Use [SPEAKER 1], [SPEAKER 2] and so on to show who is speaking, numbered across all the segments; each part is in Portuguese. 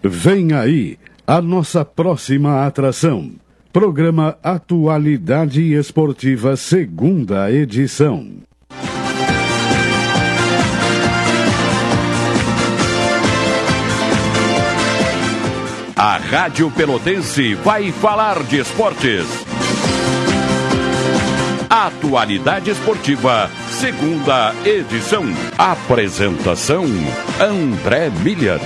[SPEAKER 1] Vem aí a nossa próxima atração. Programa Atualidade Esportiva, segunda edição.
[SPEAKER 2] A Rádio Pelotense vai falar de esportes. Atualidade Esportiva, segunda edição. Apresentação: André Miller.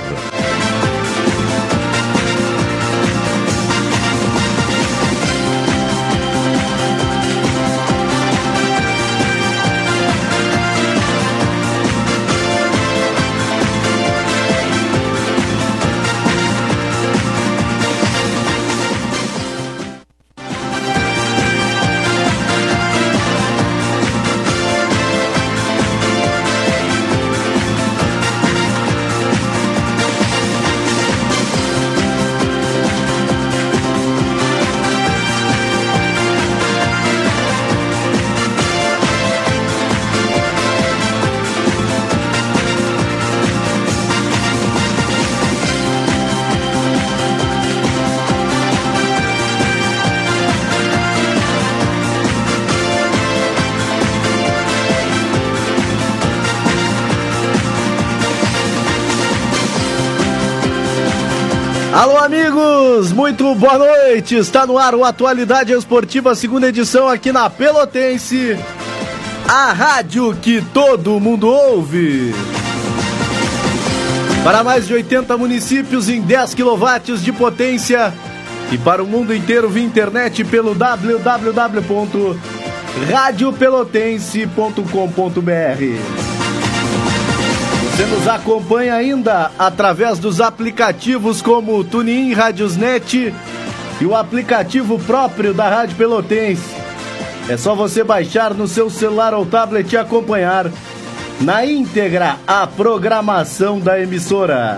[SPEAKER 3] Alô, amigos, muito boa noite. Está no ar o Atualidade Esportiva, segunda edição aqui na Pelotense, a rádio que todo mundo ouve. Para mais de 80 municípios em 10 kW de potência e para o mundo inteiro via internet pelo www.radiopelotense.com.br. Você nos acompanha ainda através dos aplicativos como o TuneIn, Radiosnet e o aplicativo próprio da Rádio Pelotense. É só você baixar no seu celular ou tablet e acompanhar na íntegra a programação da emissora.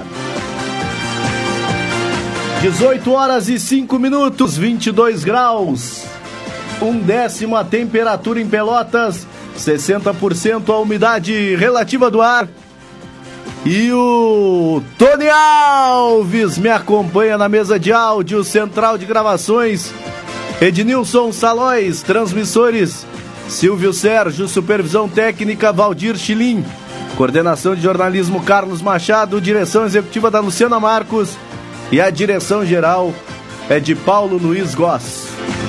[SPEAKER 3] 18 horas e 5 minutos, 22 graus, 1/10 a temperatura em Pelotas, 60% a umidade relativa do ar. E o Tony Alves me acompanha na mesa de áudio, central de gravações, Ednilson Salóis, transmissores, Silvio Sérgio, supervisão técnica, Valdir Chilim, coordenação de jornalismo, Carlos Machado, direção executiva da Luciana Marcos e a direção geral é de Paulo Luiz Goss.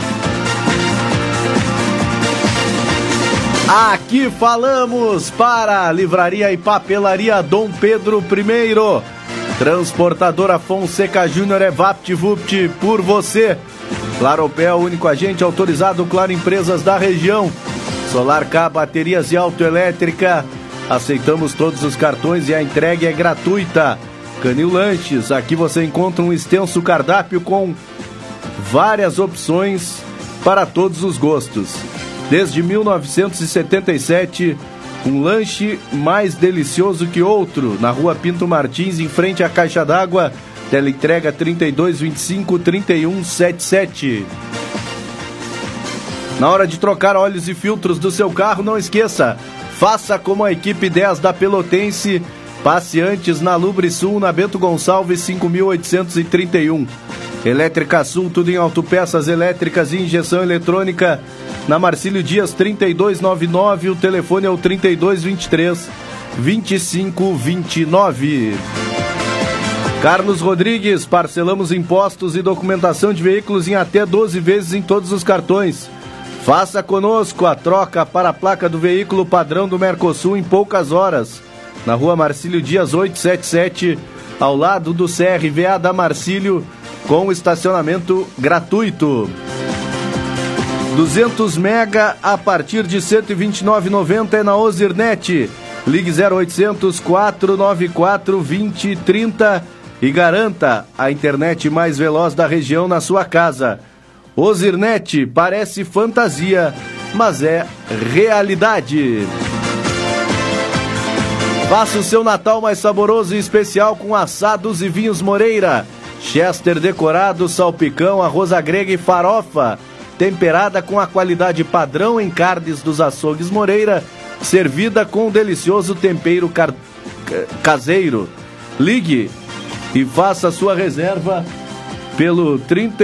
[SPEAKER 3] Aqui falamos para Livraria e Papelaria Dom Pedro I, Transportadora Fonseca Júnior, é VaptVupt por você. Claropel, único agente autorizado, Claro Empresas da região. Solar K, baterias e autoelétrica. Aceitamos todos os cartões e a entrega é gratuita. Canil Lanches, aqui você encontra um extenso cardápio com várias opções para todos os gostos. Desde 1977, um lanche mais delicioso que outro, na Rua Pinto Martins, em frente à Caixa d'Água. Teleentrega 3225-3177. Na hora de trocar óleos e filtros do seu carro, não esqueça, faça como a equipe 10 da Pelotense. Passe antes na Lubrisul, na Bento Gonçalves 5831. Elétrica Sul, tudo em autopeças elétricas e injeção eletrônica, na Marcílio Dias 3299, o telefone é o 3223-2529. Carlos Rodrigues, parcelamos impostos e documentação de veículos em até 12 vezes em todos os cartões. Faça conosco a troca para a placa do veículo padrão do Mercosul em poucas horas. Na Rua Marcílio Dias 877, ao lado do CRVA da Marcílio, com estacionamento gratuito. 200 mega a partir de R$ 129,90 é na Ozirnet. Ligue 0800 494 2030 e garanta a internet mais veloz da região na sua casa. Ozirnet, parece fantasia, mas é realidade. Faça o seu Natal mais saboroso e especial com assados e vinhos Moreira. Chester decorado, salpicão, arroz à grega e farofa, temperada com a qualidade padrão em carnes dos açougues Moreira, servida com um delicioso tempero caseiro. Ligue e faça a sua reserva pelo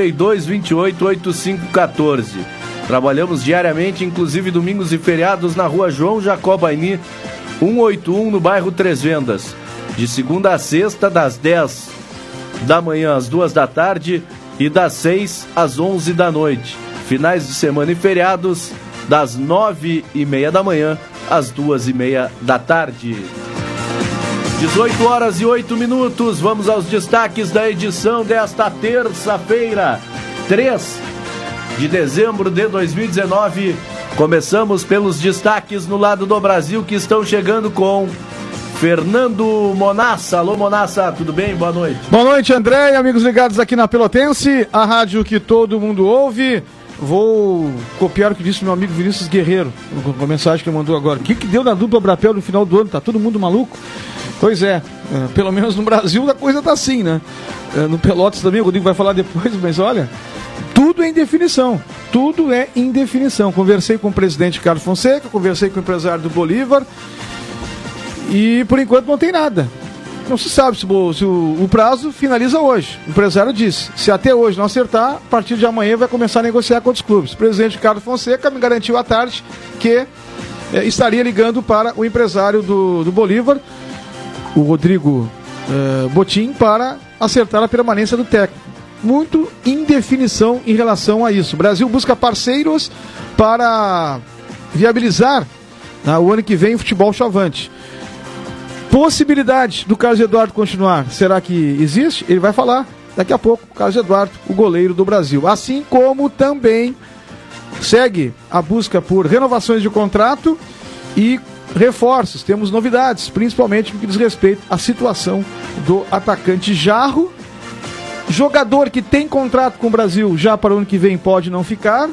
[SPEAKER 3] 3228-8514. Trabalhamos diariamente, inclusive domingos e feriados, na rua João Jacobaini, 181, no bairro Três Vendas. De segunda a sexta, das 10 da manhã às 2 da tarde e das 6 às 11 da noite. Finais de semana e feriados, das 9h30 da manhã às 2h30 da tarde. 18 horas e 8 minutos, vamos aos destaques da edição desta terça-feira, 3 de dezembro de 2019. Começamos pelos destaques no lado do Brasil, que estão chegando com Fernando Monassa. Alô, Monassa, tudo bem? Boa noite.
[SPEAKER 4] Boa noite, André e amigos ligados aqui na Pelotense, a rádio que todo mundo ouve. Vou copiar o que disse meu amigo Vinícius Guerreiro, com a mensagem que ele mandou agora. O que deu na dupla Brapel no final do ano? Tá todo mundo maluco? Pois é, pelo menos no Brasil a coisa tá assim, né? No Pelotas também, o Rodrigo vai falar depois, mas olha, tudo é indefinição. Tudo é indefinição. Conversei com o presidente Carlos Fonseca, conversei com o empresário do Bolívar e por enquanto não tem nada. Não se sabe se o prazo finaliza hoje. O empresário disse, se até hoje não acertar, a partir de amanhã vai começar a negociar com outros clubes. O presidente Carlos Fonseca me garantiu à tarde que estaria ligando para o empresário do Bolívar, o Rodrigo Botim, para acertar a permanência do técnico. Muito indefinição em relação a isso. O Brasil busca parceiros para viabilizar o ano que vem o futebol chavante. Possibilidade do Carlos Eduardo continuar, será que existe? Ele vai falar daqui a pouco, o Carlos Eduardo, o goleiro do Brasil. Assim como também segue a busca por renovações de contrato e reforços. Temos novidades, principalmente no que diz respeito à situação do atacante Jarro. Jogador que tem contrato com o Brasil já para o ano que vem pode não ficar.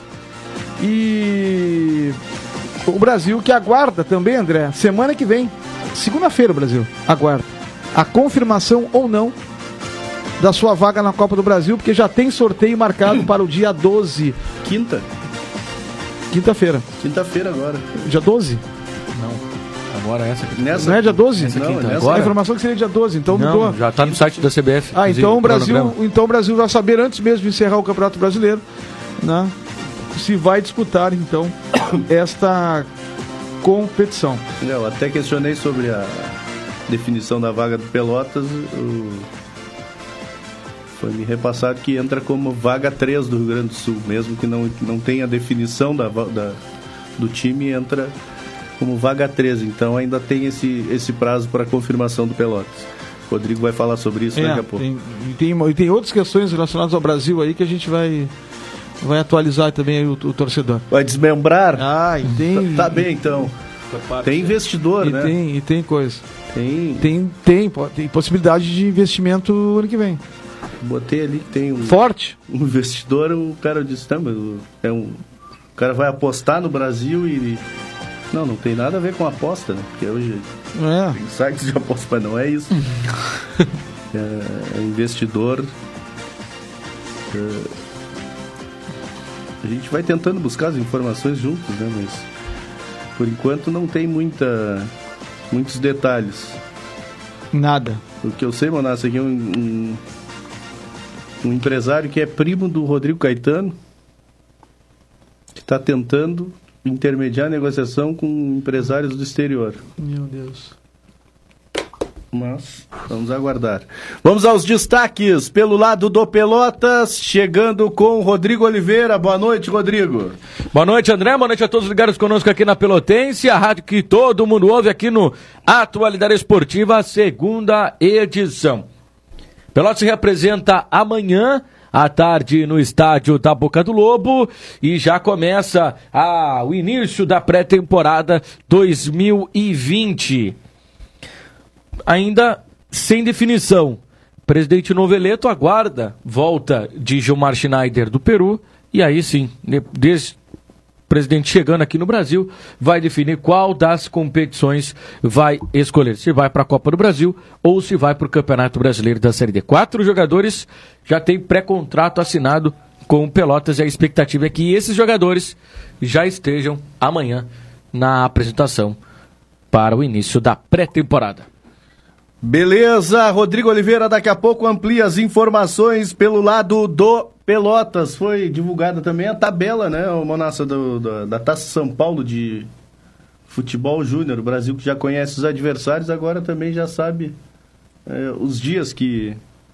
[SPEAKER 4] E o Brasil que aguarda também, André, semana que vem, segunda-feira, o Brasil aguarda a confirmação ou não da sua vaga na Copa do Brasil, porque já tem sorteio marcado para o dia 12. Quinta-feira. Quinta-feira agora. Dia 12?
[SPEAKER 5] Não. Agora essa aqui.
[SPEAKER 4] Não é dia 12?
[SPEAKER 5] Essa
[SPEAKER 4] não,
[SPEAKER 5] quinta.
[SPEAKER 4] Agora? A informação que seria dia 12, então
[SPEAKER 5] não,
[SPEAKER 4] mudou.
[SPEAKER 5] Já está no site da CBF.
[SPEAKER 4] Então o Brasil vai saber antes mesmo de encerrar o Campeonato Brasileiro, né, se vai disputar então esta competição.
[SPEAKER 3] Eu até questionei sobre a definição da vaga do Pelotas. Foi me repassado que entra como vaga 3 do Rio Grande do Sul, mesmo que não tenha definição do time, entra como vaga 3, então ainda tem esse prazo para confirmação do Pelotas. O Rodrigo vai falar sobre isso daqui a pouco.
[SPEAKER 4] Tem outras questões relacionadas ao Brasil aí que a gente vai atualizar também aí o torcedor.
[SPEAKER 3] Vai desmembrar?
[SPEAKER 4] Tem.
[SPEAKER 3] Tá bem, então. Tem investidor, né?
[SPEAKER 4] E tem coisa.
[SPEAKER 3] Tem
[SPEAKER 4] possibilidade de investimento ano que vem.
[SPEAKER 3] Botei ali que tem
[SPEAKER 4] forte.
[SPEAKER 3] Um investidor, o cara disse, não, mas o cara vai apostar no Brasil e... Não tem nada a ver com aposta, né? Porque hoje tem sites de aposta, mas não é isso. É investidor. A gente vai tentando buscar as informações juntos, né? Mas por enquanto não tem muitos detalhes.
[SPEAKER 4] Nada.
[SPEAKER 3] O que eu sei, Monassa, aqui é um empresário que é primo do Rodrigo Caetano, que está tentando intermediar a negociação com empresários do exterior.
[SPEAKER 4] Meu Deus.
[SPEAKER 3] Mas vamos aguardar. Vamos aos destaques pelo lado do Pelotas, chegando com o Rodrigo Oliveira. Boa noite, Rodrigo.
[SPEAKER 5] Boa noite, André. Boa noite a todos ligados conosco aqui na Pelotense, a rádio que todo mundo ouve aqui no Atualidade Esportiva, segunda edição. Pelotas se representa amanhã à tarde no estádio da Boca do Lobo e já começa o início da pré-temporada 2020. Ainda sem definição. Presidente Noveleto aguarda volta de Gilmar Schneider do Peru e aí sim, desde o presidente chegando aqui no Brasil, vai definir qual das competições vai escolher. Se vai para a Copa do Brasil ou se vai para o Campeonato Brasileiro da Série D. 4 jogadores já têm pré-contrato assinado com o Pelotas e a expectativa é que esses jogadores já estejam amanhã na apresentação para o início da pré-temporada.
[SPEAKER 3] Beleza, Rodrigo Oliveira daqui a pouco amplia as informações pelo lado do Pelotas. Foi divulgada também a tabela, né, Monassa, da Taça São Paulo de futebol júnior. O Brasil, que já conhece os adversários, agora também já sabe os dias que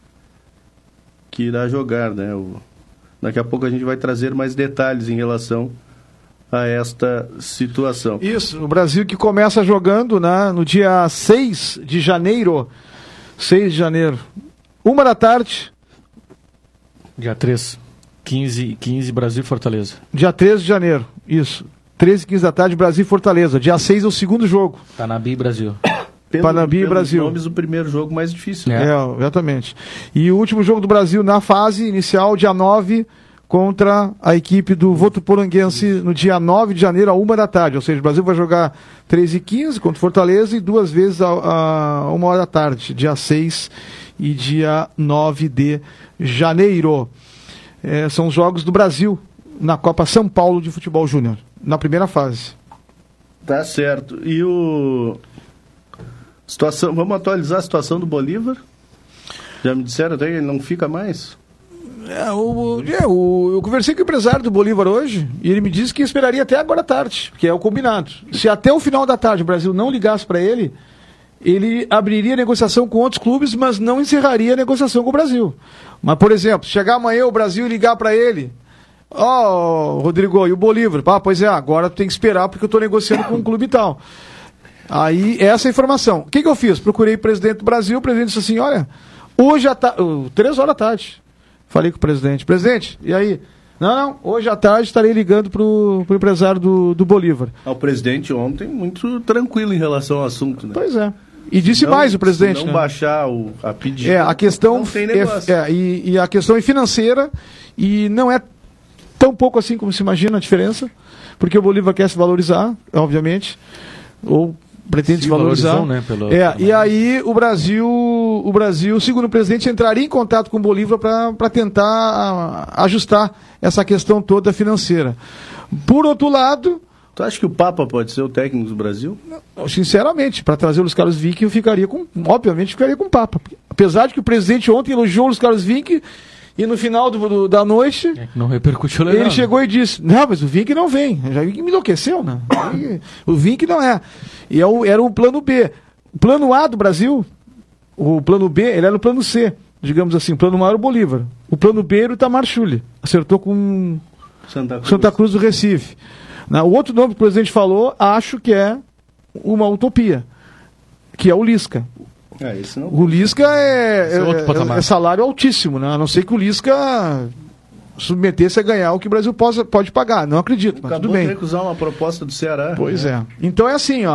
[SPEAKER 3] irá jogar, né? Daqui a pouco a gente vai trazer mais detalhes em relação a esta situação.
[SPEAKER 4] Isso, o Brasil que começa jogando, né, no dia 6 de janeiro. 6 de janeiro. 1h,
[SPEAKER 5] Dia 3, 15 Brasil e Fortaleza.
[SPEAKER 4] dia 13 de janeiro, isso. 13h15 Brasil e Fortaleza. Dia 6 é o segundo jogo.
[SPEAKER 5] Panambi e Brasil.
[SPEAKER 4] Panambi e Brasil.
[SPEAKER 3] Nomes, o primeiro jogo mais difícil.
[SPEAKER 4] Exatamente. E o último jogo do Brasil na fase inicial, dia 9, contra a equipe do Votuporanguense no dia 9 de janeiro, a 1h. Ou seja, o Brasil vai jogar 13h15 contra o Fortaleza e 2 vezes a 1h, dia 6 e dia 9 de janeiro. São os jogos do Brasil na Copa São Paulo de Futebol Júnior, na primeira fase.
[SPEAKER 3] Tá certo. E vamos atualizar a situação do Bolívar? Já me disseram até que ele não fica mais?
[SPEAKER 4] Eu conversei com o empresário do Bolívar hoje e ele me disse que esperaria até agora à tarde, que é o combinado. Se até o final da tarde o Brasil não ligasse para ele, ele abriria negociação com outros clubes, mas não encerraria a negociação com o Brasil. Mas, por exemplo, chegar amanhã o Brasil e ligar para ele: Rodrigo, e o Bolívar? Pois é, agora tem que esperar porque eu estou negociando com um clube e tal. Aí, essa é a informação. O que eu fiz? Procurei o presidente do Brasil, o presidente disse assim: olha, hoje à tarde, 3 horas da tarde. Falei com o presidente: presidente, e aí? Não, hoje à tarde estarei ligando pro empresário do Bolívar.
[SPEAKER 3] O presidente ontem muito tranquilo em relação ao assunto, né?
[SPEAKER 4] Pois é. E disse mais o presidente.
[SPEAKER 3] Se não baixar a pedida,
[SPEAKER 4] a questão
[SPEAKER 3] não tem negócio.
[SPEAKER 4] E a questão é financeira e não é tão pouco assim como se imagina a diferença, porque o Bolívar quer se valorizar, obviamente, ou pretende se valorizar,
[SPEAKER 5] né,
[SPEAKER 4] e aí o Brasil, segundo o presidente, entraria em contato com o Bolívar para tentar ajustar essa questão toda financeira. Por outro lado,
[SPEAKER 3] tu acha que o Papa pode ser o técnico do Brasil?
[SPEAKER 4] Sinceramente, para trazer o Luiz Carlos Vinck, obviamente ficaria com o Papa. Apesar de que o presidente ontem elogiou o Luiz Carlos Vinck e no final da noite
[SPEAKER 5] não repercutiu legal.
[SPEAKER 4] Ele chegou e disse: não, mas o Vinck não vem. Já me enlouqueceu, né? O Vinck não é. E era o plano B. O plano A do Brasil, o plano B, ele era o plano C, digamos assim. O plano A era o Bolívar. O plano B era o Itamar Schulli. Acertou com Santa Cruz do Recife. O outro nome que o presidente falou, acho que é uma utopia, que é o Lisca. O Lisca é salário altíssimo, né? A não ser que o Lisca submetesse a ganhar o que o Brasil pode pagar. Não acredito, mas tudo bem.
[SPEAKER 3] Acabou de recusar uma proposta do Ceará.
[SPEAKER 4] Pois é. Então é assim,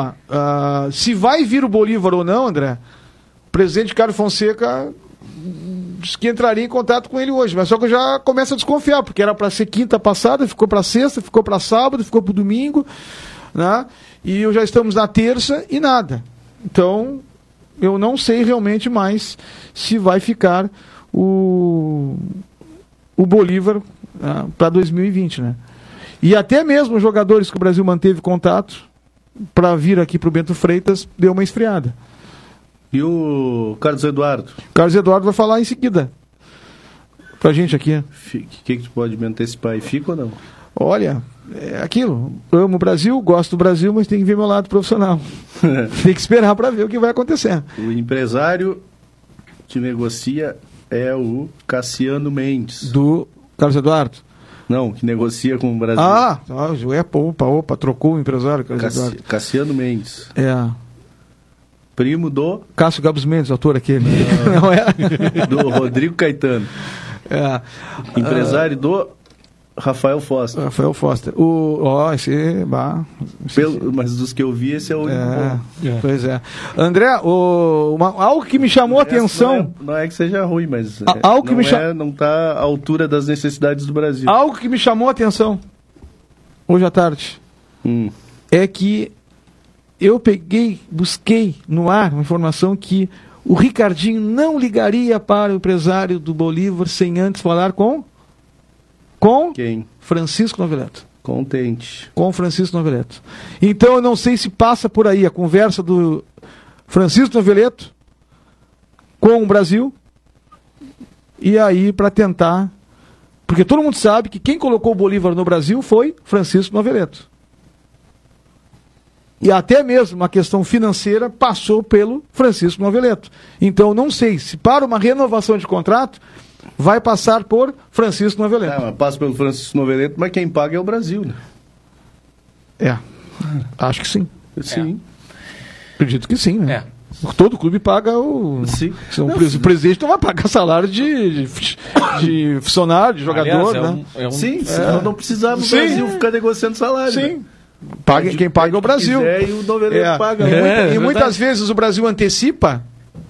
[SPEAKER 4] se vai vir o Bolívar ou não, André, o presidente Carlos Fonseca disse que entraria em contato com ele hoje, mas só que eu já começo a desconfiar, porque era para ser quinta passada, ficou para sexta, ficou para sábado, ficou para domingo, né? E já estamos na terça e nada. Então, eu não sei realmente mais se vai ficar o Bolívar para 2020, né? E até mesmo os jogadores que o Brasil manteve contato para vir aqui para o Bento Freitas deu uma esfriada.
[SPEAKER 3] E o Carlos Eduardo?
[SPEAKER 4] Carlos Eduardo vai falar em seguida pra gente aqui.
[SPEAKER 3] O que tu pode me antecipar aí? Fica ou não?
[SPEAKER 4] Olha, é aquilo. Amo o Brasil, gosto do Brasil, mas tem que ver meu lado profissional. Tem que esperar para ver o que vai acontecer.
[SPEAKER 3] O empresário que negocia é o Cassiano Mendes.
[SPEAKER 4] Do Carlos Eduardo?
[SPEAKER 3] Não, que negocia com o Brasil.
[SPEAKER 4] Opa, trocou o empresário, Carlos Eduardo.
[SPEAKER 3] Cassiano Mendes.
[SPEAKER 4] Primo do Cássio Gabos Mendes, autor aquele.
[SPEAKER 3] Não é? Do Rodrigo Caetano. Empresário do Rafael Foster. Mas dos que eu vi, esse é o único bom.
[SPEAKER 4] Pois é. André, algo que me chamou a atenção.
[SPEAKER 3] Não é que seja ruim, mas não está à altura das necessidades do Brasil.
[SPEAKER 4] Algo que me chamou a atenção hoje à tarde é que eu busquei no ar uma informação que o Ricardinho não ligaria para o empresário do Bolívar sem antes falar com
[SPEAKER 3] quem?
[SPEAKER 4] Francisco Noveleto.
[SPEAKER 3] Contente.
[SPEAKER 4] Com Francisco Noveleto. Então eu não sei se passa por aí a conversa do Francisco Noveleto com o Brasil, e aí para tentar... Porque todo mundo sabe que quem colocou o Bolívar no Brasil foi Francisco Noveleto. E até mesmo uma questão financeira passou pelo Francisco Noveleto. Então, não sei se para uma renovação de contrato vai passar por Francisco Noveleto.
[SPEAKER 3] Mas passa pelo Francisco Noveleto, mas quem paga é o Brasil, né?
[SPEAKER 4] Acho que sim.
[SPEAKER 3] Sim.
[SPEAKER 4] Acredito que sim, né? Todo clube paga o...
[SPEAKER 3] Sim.
[SPEAKER 4] O presidente não vai pagar salário de funcionário, de jogador,
[SPEAKER 5] aliás,
[SPEAKER 4] né?
[SPEAKER 3] Sim, senão não precisava o Brasil ficar negociando salário.
[SPEAKER 4] Sim.
[SPEAKER 3] Né?
[SPEAKER 4] Quem paga é o Brasil.
[SPEAKER 3] E o Noveleto paga.
[SPEAKER 4] E muitas vezes o Brasil antecipa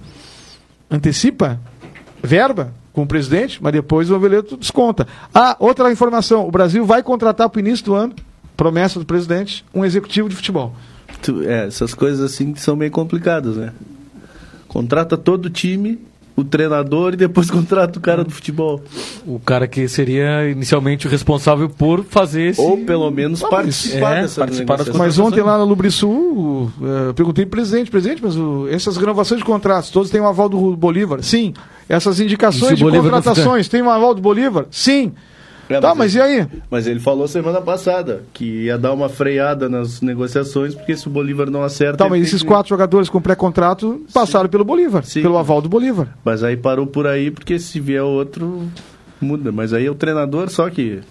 [SPEAKER 4] verba com o presidente, mas depois o Noveleto desconta. Outra informação, o Brasil vai contratar para o início do ano, promessa do presidente, um executivo de futebol.
[SPEAKER 3] Essas coisas assim são meio complicadas, né? Contrata todo o time, o treinador, e depois contrata o cara do futebol.
[SPEAKER 5] O cara que seria inicialmente o responsável por fazer esse...
[SPEAKER 3] Ou pelo menos participar dessa negociação.
[SPEAKER 4] Mas ontem lá na Lubrisul, eu perguntei para o presidente, mas essas renovações de contratos, todos têm um aval do Bolívar? Sim. Essas indicações de contratações, tem um aval do Bolívar? Sim. Mas e aí?
[SPEAKER 3] Mas ele falou semana passada que ia dar uma freada nas negociações, porque se o Bolívar não acerta...
[SPEAKER 4] Mas esses 4 jogadores com pré-contrato passaram pelo Bolívar, pelo aval do Bolívar.
[SPEAKER 3] Mas aí parou por aí, porque se vier outro, muda. Mas aí é o treinador, só que...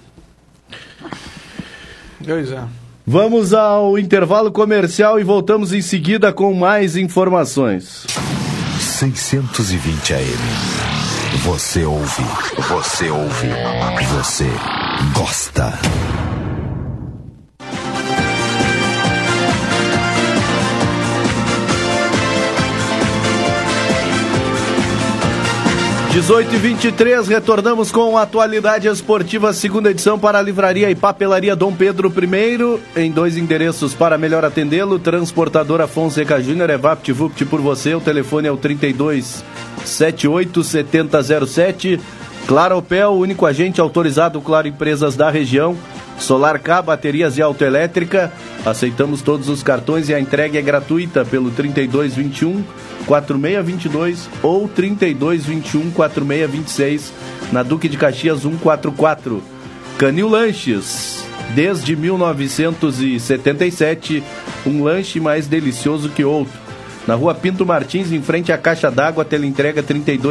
[SPEAKER 4] Pois é.
[SPEAKER 3] Vamos ao intervalo comercial e voltamos em seguida com mais informações.
[SPEAKER 6] 620 AM. Você ouve, você gosta.
[SPEAKER 3] Dezoito e 23, retornamos com a Atualidade Esportiva, segunda edição para a Livraria e Papelaria Dom Pedro I, em 2 endereços para melhor atendê-lo. Transportadora Fonseca Júnior, VaptVupt por você, o telefone é o 3278-7007. Claro Opel, único agente autorizado Claro Empresas da região. Solar K, baterias e autoelétrica. Aceitamos todos os cartões e a entrega é gratuita pelo 3221-4622 ou 3221-4626 na Duque de Caxias 144. Canil Lanches, desde 1977, um lanche mais delicioso que outro. Na Rua Pinto Martins, em frente à Caixa d'Água, teleentrega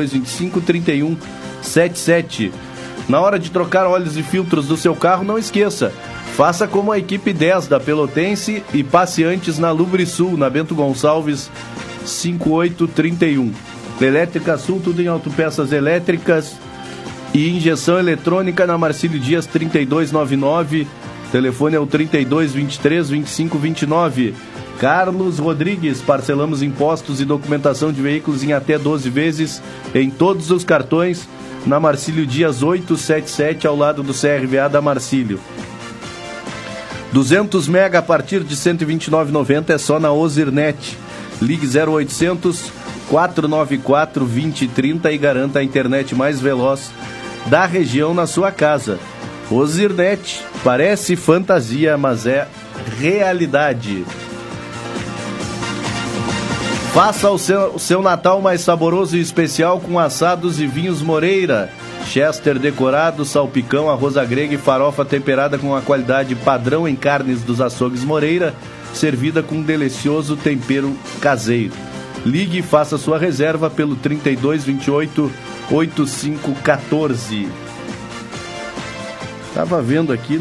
[SPEAKER 3] 3225-3177. Na hora de trocar óleos e filtros do seu carro, não esqueça, faça como a equipe 10 da Pelotense e passe antes na Lubrisul, na Bento Gonçalves 5831. Elétrica Sul, tudo em autopeças elétricas e injeção eletrônica na Marcílio Dias 3299. Telefone é o 3223-2529. Carlos Rodrigues, parcelamos impostos e documentação de veículos em até 12 vezes em todos os cartões, na Marcílio Dias 877, ao lado do CRVA da Marcílio. 200 mega a partir de R$ 129,90 é só na Ozirnet. Ligue 0800 494 2030 e garanta a internet mais veloz da região na sua casa. Ozirnet, parece fantasia, mas é realidade. Faça o seu Natal mais saboroso e especial com assados e vinhos Moreira. Chester decorado, salpicão, arroz grega e farofa temperada com a qualidade padrão em carnes dos açougues Moreira, servida com um delicioso tempero caseiro. Ligue e faça sua reserva pelo 3228-8514. Estava vendo aqui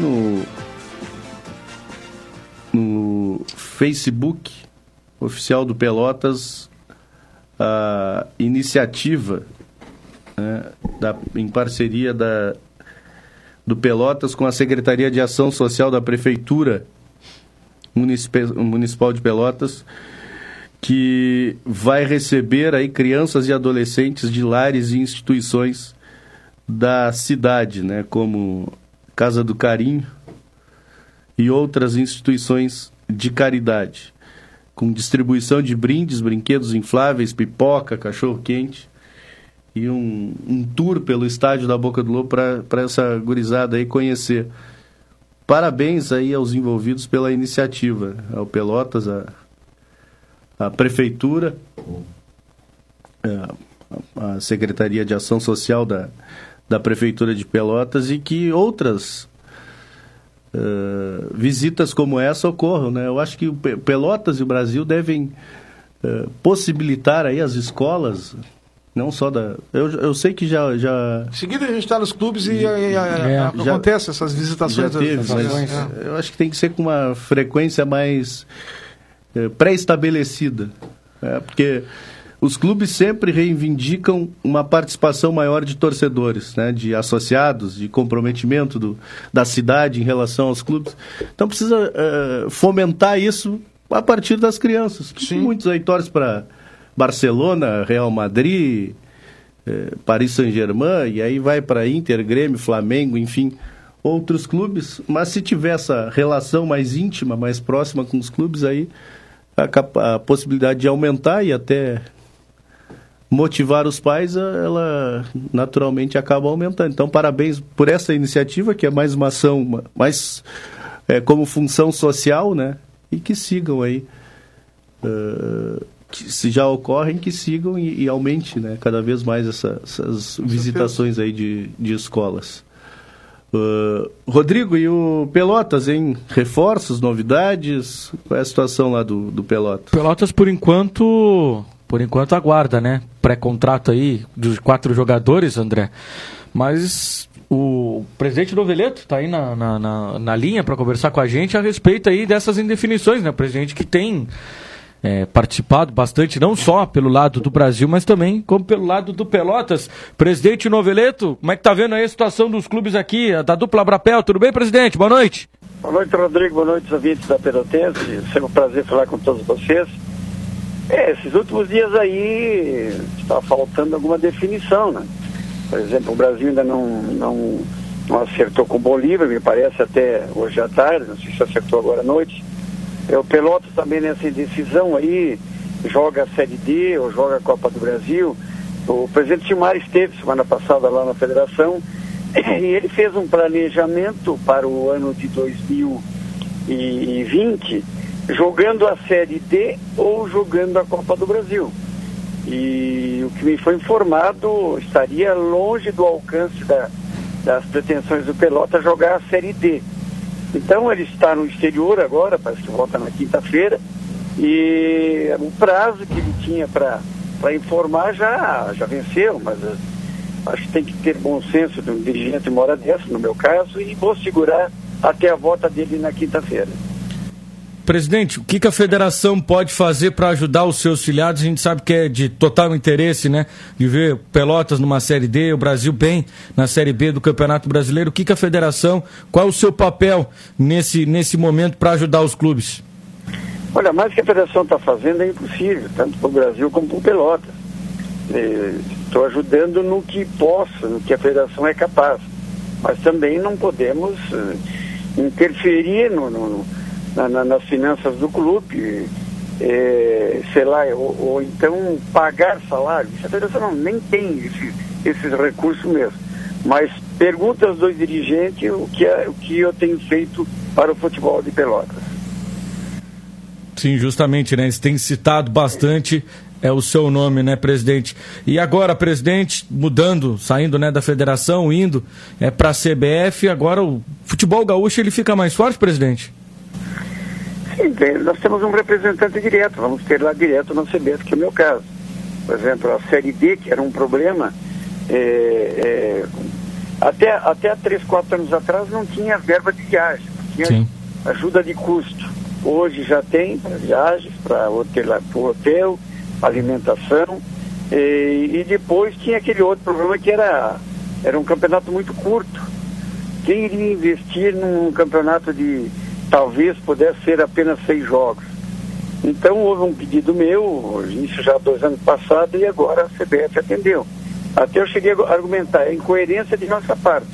[SPEAKER 3] no Facebook oficial do Pelotas a iniciativa, né, em parceria do Pelotas com a Secretaria de Ação Social da Prefeitura Municipal de Pelotas, que vai receber aí crianças e adolescentes de lares e instituições da cidade, né, como Casa do Carinho e outras instituições de caridade, com distribuição de brindes, brinquedos infláveis, pipoca, cachorro-quente e um tour pelo estádio da Boca do Lobo para essa gurizada aí conhecer. Parabéns aí aos envolvidos pela iniciativa, ao Pelotas, a Prefeitura, a Secretaria de Ação Social da Prefeitura de Pelotas e que outras visitas como essa ocorram, né? Eu acho que o Pelotas e o Brasil devem possibilitar aí as escolas, não só eu sei que já...
[SPEAKER 4] Em seguida a gente está nos clubes e acontece essas visitações.
[SPEAKER 3] Já teve, mas eu acho que tem que ser com uma frequência mais pré-estabelecida, porque os clubes sempre reivindicam uma participação maior de torcedores, né, de associados, de comprometimento da cidade em relação aos clubes. Então precisa fomentar isso a partir das crianças. Sim. Muitos aí torcem para Barcelona, Real Madrid, Paris Saint-Germain, e aí vai para Inter, Grêmio, Flamengo, enfim, outros clubes. Mas se tiver essa relação mais íntima, mais próxima com os clubes, aí a possibilidade de aumentar e até motivar os pais, ela naturalmente acaba aumentando. Então, parabéns por essa iniciativa, que é mais uma ação, mais como função social, né? E que sigam aí, que se já ocorrem, que sigam e aumente, né, cada vez mais essas visitações aí de escolas. Rodrigo, e o Pelotas, hein? Reforços, novidades? Qual é a situação lá do Pelotas?
[SPEAKER 5] Pelotas, por enquanto aguarda, né? Pré-contrato aí dos 4 jogadores, André. Mas o presidente Noveleto está aí na linha para conversar com a gente a respeito aí dessas indefinições, né? O presidente que tem participado bastante, não só pelo lado do Brasil, mas também como pelo lado do Pelotas. Presidente Noveleto, como é que tá vendo aí a situação dos clubes aqui, da dupla Abrapel? Tudo bem, presidente? Boa noite.
[SPEAKER 7] Boa noite, Rodrigo. Boa noite, ouvintes da Pelotense. Sempre um prazer falar com todos vocês. Esses últimos dias aí está faltando alguma definição, né? Por exemplo, o Brasil ainda não acertou com o Bolívar, me parece, até hoje à tarde, não sei se acertou agora à noite. O Pelotas também nessa indecisão aí, joga a Série D ou joga a Copa do Brasil. O presidente Gilmar esteve semana passada lá na federação e ele fez um planejamento para o ano de 2020, jogando a Série D ou jogando a Copa do Brasil. E o que me foi informado, estaria longe do alcance das pretensões do Pelotas jogar a Série D. Então ele está no exterior agora, parece que volta na quinta-feira, e o prazo que ele tinha para informar já venceu, mas acho que tem que ter bom senso de um dirigente de uma hora dessa, no meu caso, e vou segurar até a volta dele na quinta-feira.
[SPEAKER 5] Presidente, o que a federação pode fazer para ajudar os seus filiados? A gente sabe que é de total interesse, né, de ver Pelotas numa Série D, o Brasil bem na Série B do Campeonato Brasileiro. O que a federação, qual é o seu papel nesse momento para ajudar os clubes?
[SPEAKER 7] Olha, mais que a federação está fazendo é impossível, tanto para o Brasil como para o Pelotas. Estou ajudando no que posso, no que a federação é capaz, mas também não podemos interferir nas finanças do clube, sei lá, ou então pagar salário. A federação nem tem esses recursos mesmo. Mas pergunta aos dois dirigentes o que eu tenho feito para o futebol de Pelotas.
[SPEAKER 5] Sim, justamente, né? Você tem citado bastante o seu nome, né, presidente? E agora, presidente, mudando, saindo, né, da federação, indo para a CBF, agora o futebol gaúcho ele fica mais forte, presidente?
[SPEAKER 7] Sim, nós temos um representante direto, vamos ter lá direto na CBF, que é o meu caso. Por exemplo, a Série D, que era um problema, até há 3, 4 anos atrás não tinha verba de viagem, tinha Sim. ajuda de custo. Hoje já tem para viagens, para o hotel, alimentação, e depois tinha aquele outro problema que era um campeonato muito curto. Quem iria investir num campeonato de talvez pudesse ser apenas 6 jogos? Então houve um pedido meu, isso já 2 anos passados, e agora a CBF atendeu. Até eu cheguei a argumentar a incoerência de nossa parte.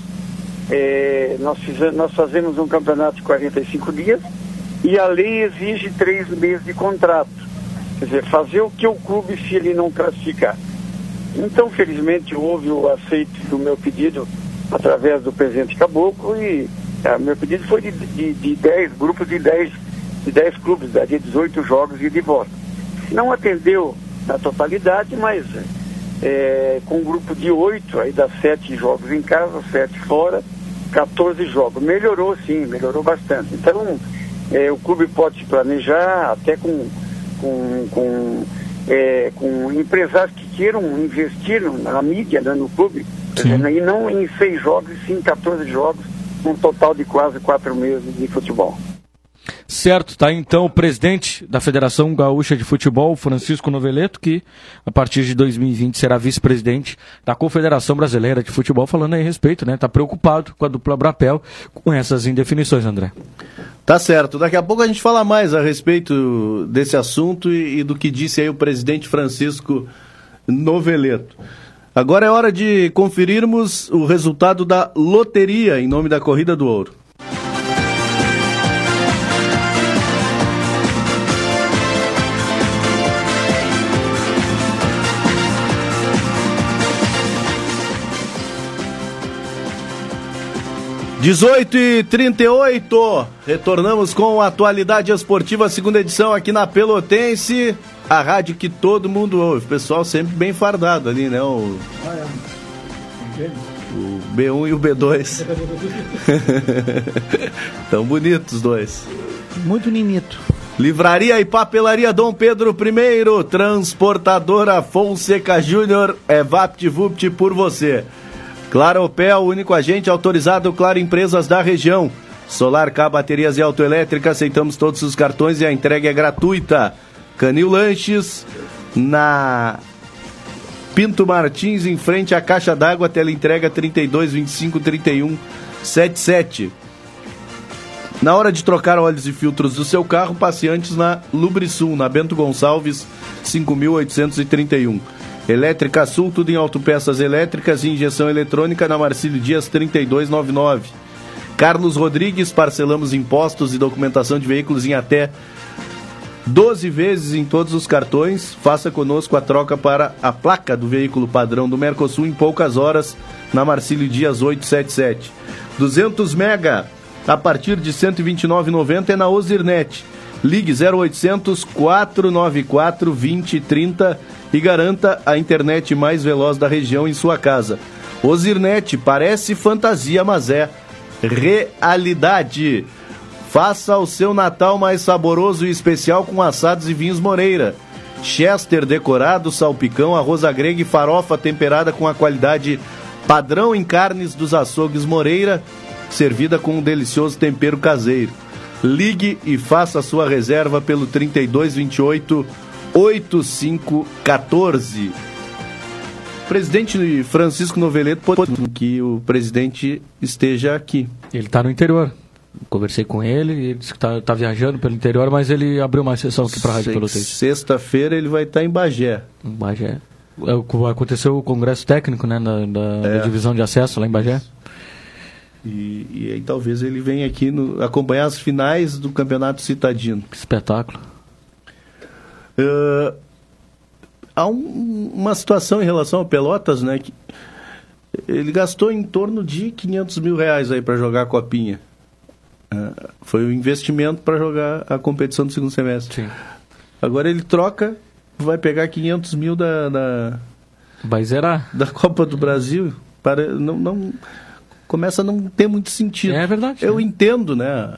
[SPEAKER 7] Nós fazemos um campeonato de 45 dias e a lei exige 3 meses de contrato. Quer dizer, fazer o que o clube se ele não classificar. Então, felizmente, houve o aceite do meu pedido através do presidente Caboclo e meu pedido foi de 10 grupos de 10 clubes, daria 18 jogos e de volta. Não atendeu na totalidade, mas com um grupo de 8, aí dá 7 jogos em casa, 7 fora, 14 jogos. Melhorou sim, melhorou bastante. Então, o clube pode se planejar até com empresários que queiram investir na mídia, né, no clube, e não em 6 jogos, sim 14 jogos, um total de quase 4 meses de futebol.
[SPEAKER 5] Certo, tá então o presidente da Federação Gaúcha de Futebol, Francisco Noveleto, que a partir de 2020 será vice-presidente da Confederação Brasileira de Futebol, falando aí a respeito, né? Tá preocupado com a dupla Brapel, com essas indefinições, André.
[SPEAKER 3] Tá certo, daqui a pouco a gente fala mais a respeito desse assunto e do que disse aí o presidente Francisco Noveleto. Agora é hora de conferirmos o resultado da loteria em nome da Corrida do Ouro. (18h38), retornamos com a Atualidade Esportiva, segunda edição aqui na Pelotense, a rádio que todo mundo ouve. O pessoal sempre bem fardado ali, né? O B1 e o B2. Tão bonitos os dois.
[SPEAKER 4] Muito ninito.
[SPEAKER 3] Livraria e Papelaria Dom Pedro I, Transportadora Fonseca Júnior, VaptVupt por você. Claro Opel, único agente autorizado, Claro Empresas da região. Solar K, baterias e autoelétrica, aceitamos todos os cartões e a entrega é gratuita. Canil Lanches, na Pinto Martins, em frente à Caixa d'Água, teleentrega 3225-3177. Na hora de trocar óleos e filtros do seu carro, passe antes na Lubrisul, na Bento Gonçalves, 5831. Elétrica Sul, tudo em autopeças elétricas e injeção eletrônica, na Marcílio Dias 3299. Carlos Rodrigues, parcelamos impostos e documentação de veículos em até 12 vezes em todos os cartões. Faça conosco a troca para a placa do veículo padrão do Mercosul em poucas horas, na Marcílio Dias 877. 200 mega a partir de R$ 129,90 é na Ozirnet. Ligue 0800 494 2030 e garanta a internet mais veloz da região em sua casa. Ozirnet, parece fantasia, mas é realidade. Faça o seu Natal mais saboroso e especial com assados e vinhos Moreira. Chester decorado, salpicão, arroz grega e farofa temperada com a qualidade padrão em carnes dos açougues Moreira, servida com um delicioso tempero caseiro. Ligue e faça a sua reserva pelo 3228-8514. Presidente Francisco Noveleto, que o presidente esteja aqui.
[SPEAKER 5] Ele está no interior. Conversei com ele, ele disse que está viajando pelo interior, mas ele abriu uma sessão aqui para a Rádio Pelotense.
[SPEAKER 3] Sexta-feira ele vai estar em Bagé.
[SPEAKER 5] Em Bagé. Aconteceu o congresso técnico, né, da divisão de acesso lá em Bagé.
[SPEAKER 3] E aí talvez ele venha aqui acompanhar as finais do Campeonato Citadino.
[SPEAKER 5] Que espetáculo.
[SPEAKER 3] Há uma situação em relação ao Pelotas, né? Que ele gastou em torno de R$500 mil aí para jogar a Copinha. Foi o investimento para jogar a competição do segundo semestre.
[SPEAKER 5] Sim.
[SPEAKER 3] Agora ele troca, vai pegar 500 mil
[SPEAKER 5] vai zerar.
[SPEAKER 3] Da Copa do Brasil. Não começa a não ter muito sentido.
[SPEAKER 5] É verdade.
[SPEAKER 3] Eu entendo, né,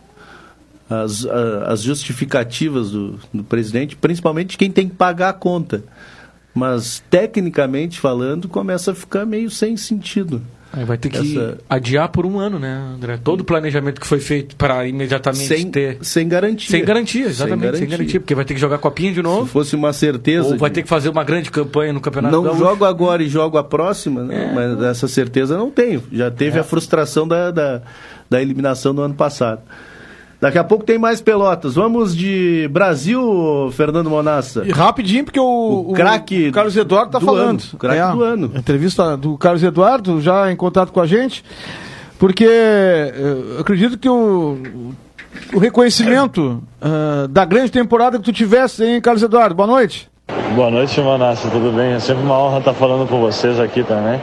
[SPEAKER 3] as justificativas do presidente, principalmente quem tem que pagar a conta. Mas, tecnicamente falando, começa a ficar meio sem sentido.
[SPEAKER 5] Aí vai ter que adiar por um ano, né, André? Todo o planejamento que foi feito para imediatamente ter...
[SPEAKER 3] Sem garantia.
[SPEAKER 5] Sem garantia, exatamente. Sem garantia, porque vai ter que jogar Copinha de novo.
[SPEAKER 3] Se fosse uma certeza...
[SPEAKER 5] Ou vai ter que fazer uma grande campanha no Campeonato
[SPEAKER 3] Gaúcho. Não jogo agora e jogo a próxima, né? Mas essa certeza não tenho. Já teve a frustração da eliminação do ano passado. Daqui a pouco tem mais Pelotas. Vamos de Brasil, Fernando Monassa.
[SPEAKER 4] E rapidinho, porque o
[SPEAKER 3] craque
[SPEAKER 4] Carlos Eduardo está falando.
[SPEAKER 3] O craque do ano.
[SPEAKER 4] Entrevista do Carlos Eduardo, já em contato com a gente, porque eu acredito que o reconhecimento da grande temporada que tu tivesse, hein, Carlos Eduardo? Boa noite.
[SPEAKER 8] Boa noite, Monassa. Tudo bem? É sempre uma honra estar falando com vocês aqui também.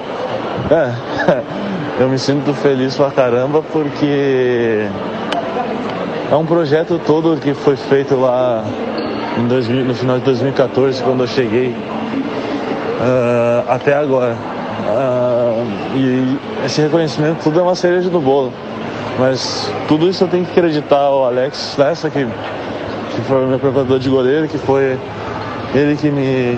[SPEAKER 8] Eu me sinto feliz pra caramba porque... é um projeto todo que foi feito lá no final de 2014, quando eu cheguei. até agora. E esse reconhecimento tudo é uma cereja do bolo. Mas tudo isso eu tenho que acreditar ao Alex Lessa, que foi o meu preparador de goleiro, que foi ele que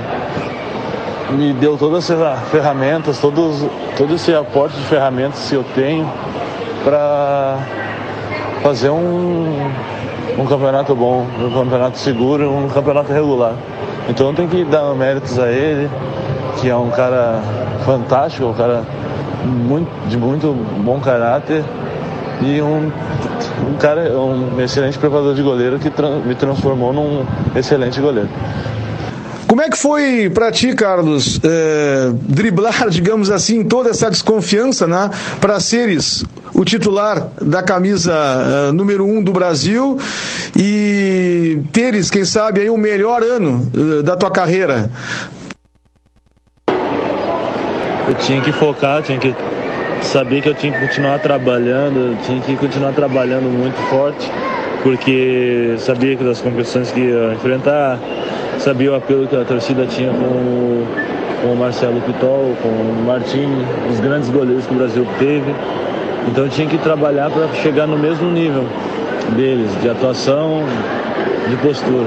[SPEAKER 8] me deu todas essas ferramentas, todo esse aporte de ferramentas que eu tenho para fazer um campeonato bom, um campeonato seguro, um campeonato regular. Então eu tenho que dar méritos a ele, que é um cara fantástico, um cara de muito bom caráter e um excelente preparador de goleiro que me transformou num excelente goleiro.
[SPEAKER 4] Como é que foi para ti, Carlos, driblar, digamos assim, toda essa desconfiança, né, para seres o titular da camisa número 1 do Brasil e teres, quem sabe, aí o melhor ano da tua carreira?
[SPEAKER 8] Eu tinha que focar, tinha que saber que eu tinha que continuar trabalhando, muito forte, porque sabia que das competições que ia enfrentar, sabia o apelo que a torcida tinha com o Marcelo Pitol, com o Martini, os grandes goleiros que o Brasil teve. Então eu tinha que trabalhar para chegar no mesmo nível deles, de atuação, de postura.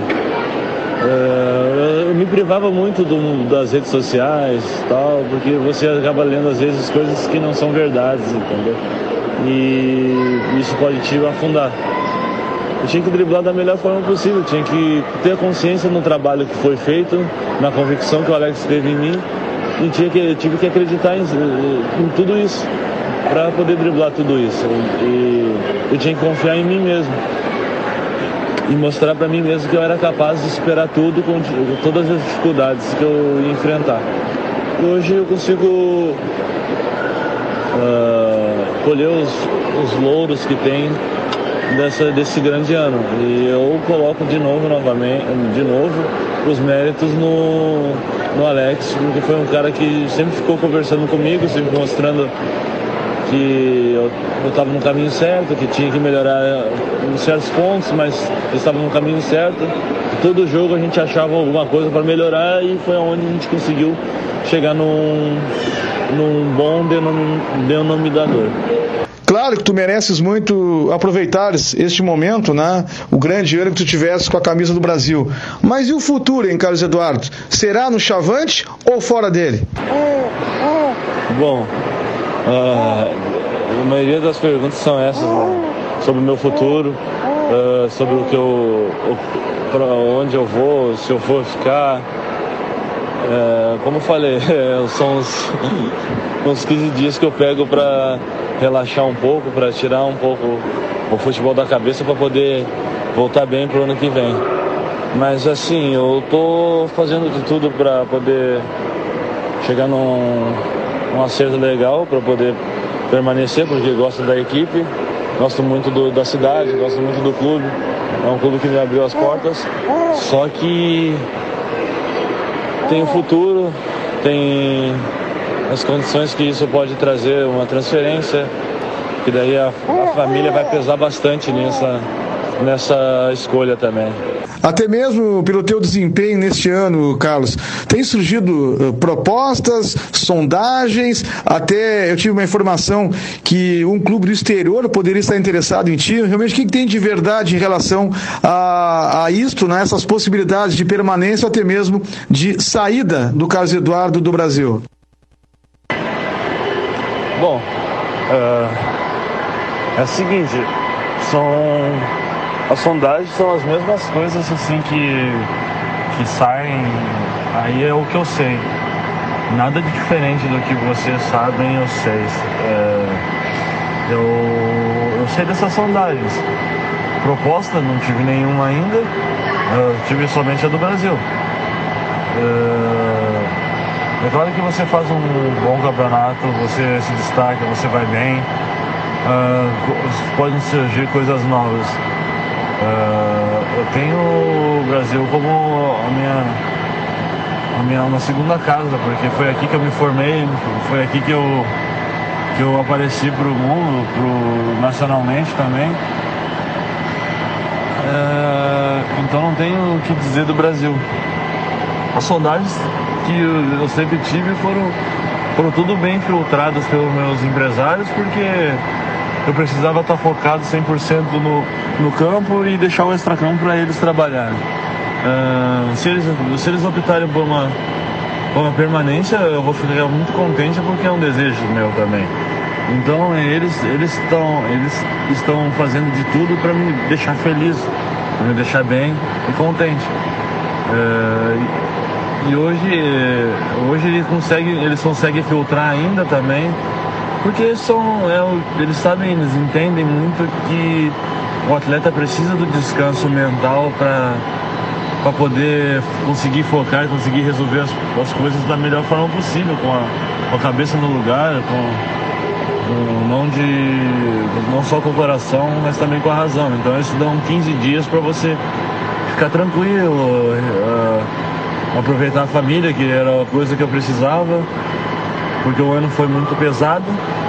[SPEAKER 8] Eu me privava muito das redes sociais e tal, porque você acaba lendo às vezes coisas que não são verdades, entendeu? E isso pode te afundar. Eu tinha que driblar da melhor forma possível, tinha que ter consciência no trabalho que foi feito, na convicção que o Alex teve em mim, e tive que acreditar em tudo isso, para poder driblar tudo isso. E eu tinha que confiar em mim mesmo. E mostrar para mim mesmo que eu era capaz de superar tudo, com todas as dificuldades que eu ia enfrentar. E hoje eu consigo colher os louros que tem desse grande ano. E eu coloco de novo os méritos no Alex, porque foi um cara que sempre ficou conversando comigo, sempre mostrando que eu estava no caminho certo, que tinha que melhorar em certos pontos, mas eu estava no caminho certo. Todo jogo a gente achava alguma coisa para melhorar e foi onde a gente conseguiu chegar num bom denominador.
[SPEAKER 4] Claro que tu mereces muito aproveitar este momento, né? O grande ano que tu tivesse com a camisa do Brasil. Mas e o futuro, hein, Carlos Eduardo? Será no Chavante ou fora dele?
[SPEAKER 8] Bom, a maioria das perguntas são essas, né? Sobre o meu futuro, sobre o que para onde eu vou, se eu for ficar. Como eu falei, são uns 15 dias que eu pego para relaxar um pouco, para tirar um pouco o futebol da cabeça, para poder voltar bem pro ano que vem. Mas assim, eu tô fazendo de tudo para poder chegar num acerto legal, para poder permanecer, porque gosto da equipe, gosto muito da cidade, gosto muito do clube. É um clube que me abriu as portas, só que tem o futuro, tem as condições que isso pode trazer, uma transferência, que daí a família vai pesar bastante nessa escolha também.
[SPEAKER 4] Até mesmo pelo teu desempenho neste ano, Carlos, tem surgido propostas, sondagens, até eu tive uma informação que um clube do exterior poderia estar interessado em ti. Realmente, o que tem de verdade em relação a isto, né, essas possibilidades de permanência ou até mesmo de saída do Carlos Eduardo do Brasil?
[SPEAKER 8] Bom, é o seguinte, as sondagens são as mesmas coisas assim que saem, aí é o que eu sei. Nada de diferente do que vocês sabem, eu sei. Eu sei dessas sondagens. Proposta, não tive nenhuma ainda, eu tive somente a do Brasil. É claro que você faz um bom campeonato, você se destaca, você vai bem, podem surgir coisas novas. Eu tenho o Brasil como uma segunda casa, porque foi aqui que eu me formei, foi aqui que eu apareci para o mundo, nacionalmente também. Então não tenho o que dizer do Brasil. As sondagens que eu sempre tive foram tudo bem filtrados pelos meus empresários, porque eu precisava estar focado 100% no campo e deixar o extracampo para eles trabalharem. Se eles optarem por uma permanência, eu vou ficar muito contente, porque é um desejo meu também. Então eles estão fazendo de tudo para me deixar feliz, para me deixar bem e contente. E hoje eles conseguem filtrar ainda também, porque eles sabem, eles entendem muito que o atleta precisa do descanso mental para poder conseguir focar, conseguir resolver as coisas da melhor forma possível, com a cabeça no lugar, não só com o coração, mas também com a razão. Então isso dá 15 dias para você ficar tranquilo, aproveitar a família, que era a coisa que eu precisava, porque o ano foi muito pesado.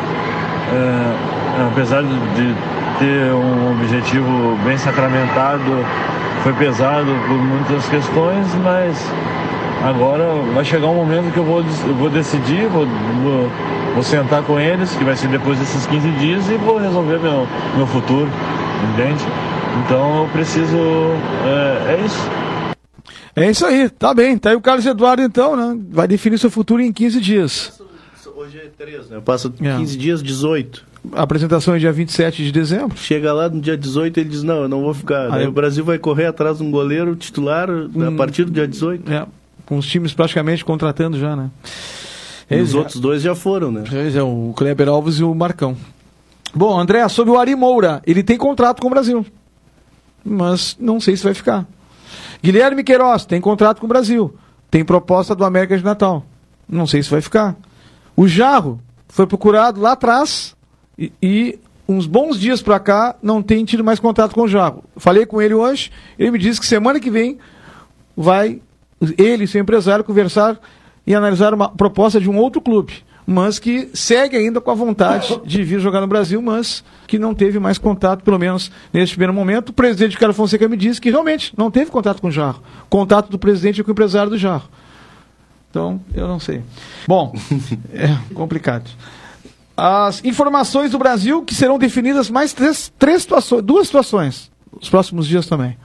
[SPEAKER 8] Apesar de ter um objetivo bem sacramentado, foi pesado por muitas questões, mas agora vai chegar um momento que eu vou decidir, vou sentar com eles, que vai ser depois desses 15 dias, e vou resolver meu futuro, entende? Então eu preciso... É isso.
[SPEAKER 4] É isso aí, tá bem. Tá aí o Carlos Eduardo, então, né? Vai definir seu futuro em 15 dias.
[SPEAKER 3] Hoje é 13, né? Passa 15 dias, 18.
[SPEAKER 4] A apresentação é dia 27 de dezembro.
[SPEAKER 3] Chega lá no dia 18 e ele diz, não, eu não vou ficar. Aí o Brasil vai correr atrás de um goleiro titular a partir do dia 18.
[SPEAKER 4] Com os times praticamente contratando já, né?
[SPEAKER 3] Os outros dois já foram, né?
[SPEAKER 4] O Kleber Alves e o Marcão. Bom, André, sobre o Ari Moura, ele tem contrato com o Brasil, mas não sei se vai ficar. Guilherme Queiroz tem contrato com o Brasil, tem proposta do América de Natal, não sei se vai ficar. O Jarro foi procurado lá atrás e uns bons dias pra cá não tem tido mais contato com o Jarro. Falei com ele hoje, ele me disse que semana que vem vai ele e seu empresário conversar e analisar uma proposta de um outro clube, mas que segue ainda com a vontade de vir jogar no Brasil, mas que não teve mais contato, pelo menos neste primeiro momento. O presidente Carlos Fonseca me disse que realmente não teve contato com o Jarro. Contato do presidente é com o empresário do Jarro. Então, eu não sei. Bom, é complicado. As informações do Brasil, que serão definidas mais duas situações, nos próximos dias também.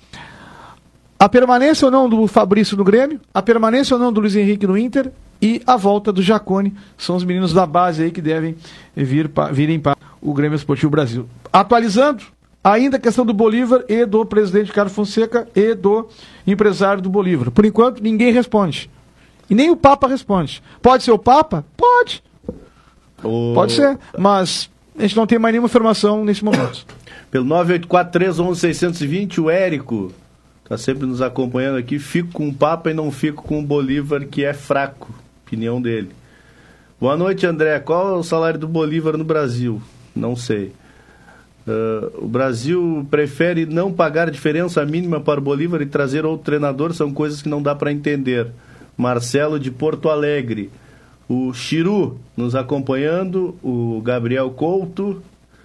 [SPEAKER 4] A permanência ou não do Fabrício no Grêmio, a permanência ou não do Luiz Henrique no Inter e a volta do Jacone. São os meninos da base aí que devem virem para o Grêmio Esportivo Brasil. Atualizando, ainda a questão do Bolívar e do presidente Carlos Fonseca e do empresário do Bolívar. Por enquanto, ninguém responde. E nem o Papa responde. Pode ser o Papa? Pode. Pode ser, mas a gente não tem mais nenhuma informação nesse momento.
[SPEAKER 3] Pelo 984-311-620, o Érico está sempre nos acompanhando aqui. Fico com o Papa e não fico com o Bolívar, que é fraco. Opinião dele. Boa noite, André. Qual é o salário do Bolívar no Brasil? Não sei. O Brasil prefere não pagar a diferença mínima para o Bolívar e trazer outro treinador. São coisas que não dá para entender. Marcelo de Porto Alegre. O Chiru nos acompanhando. O Gabriel Couto.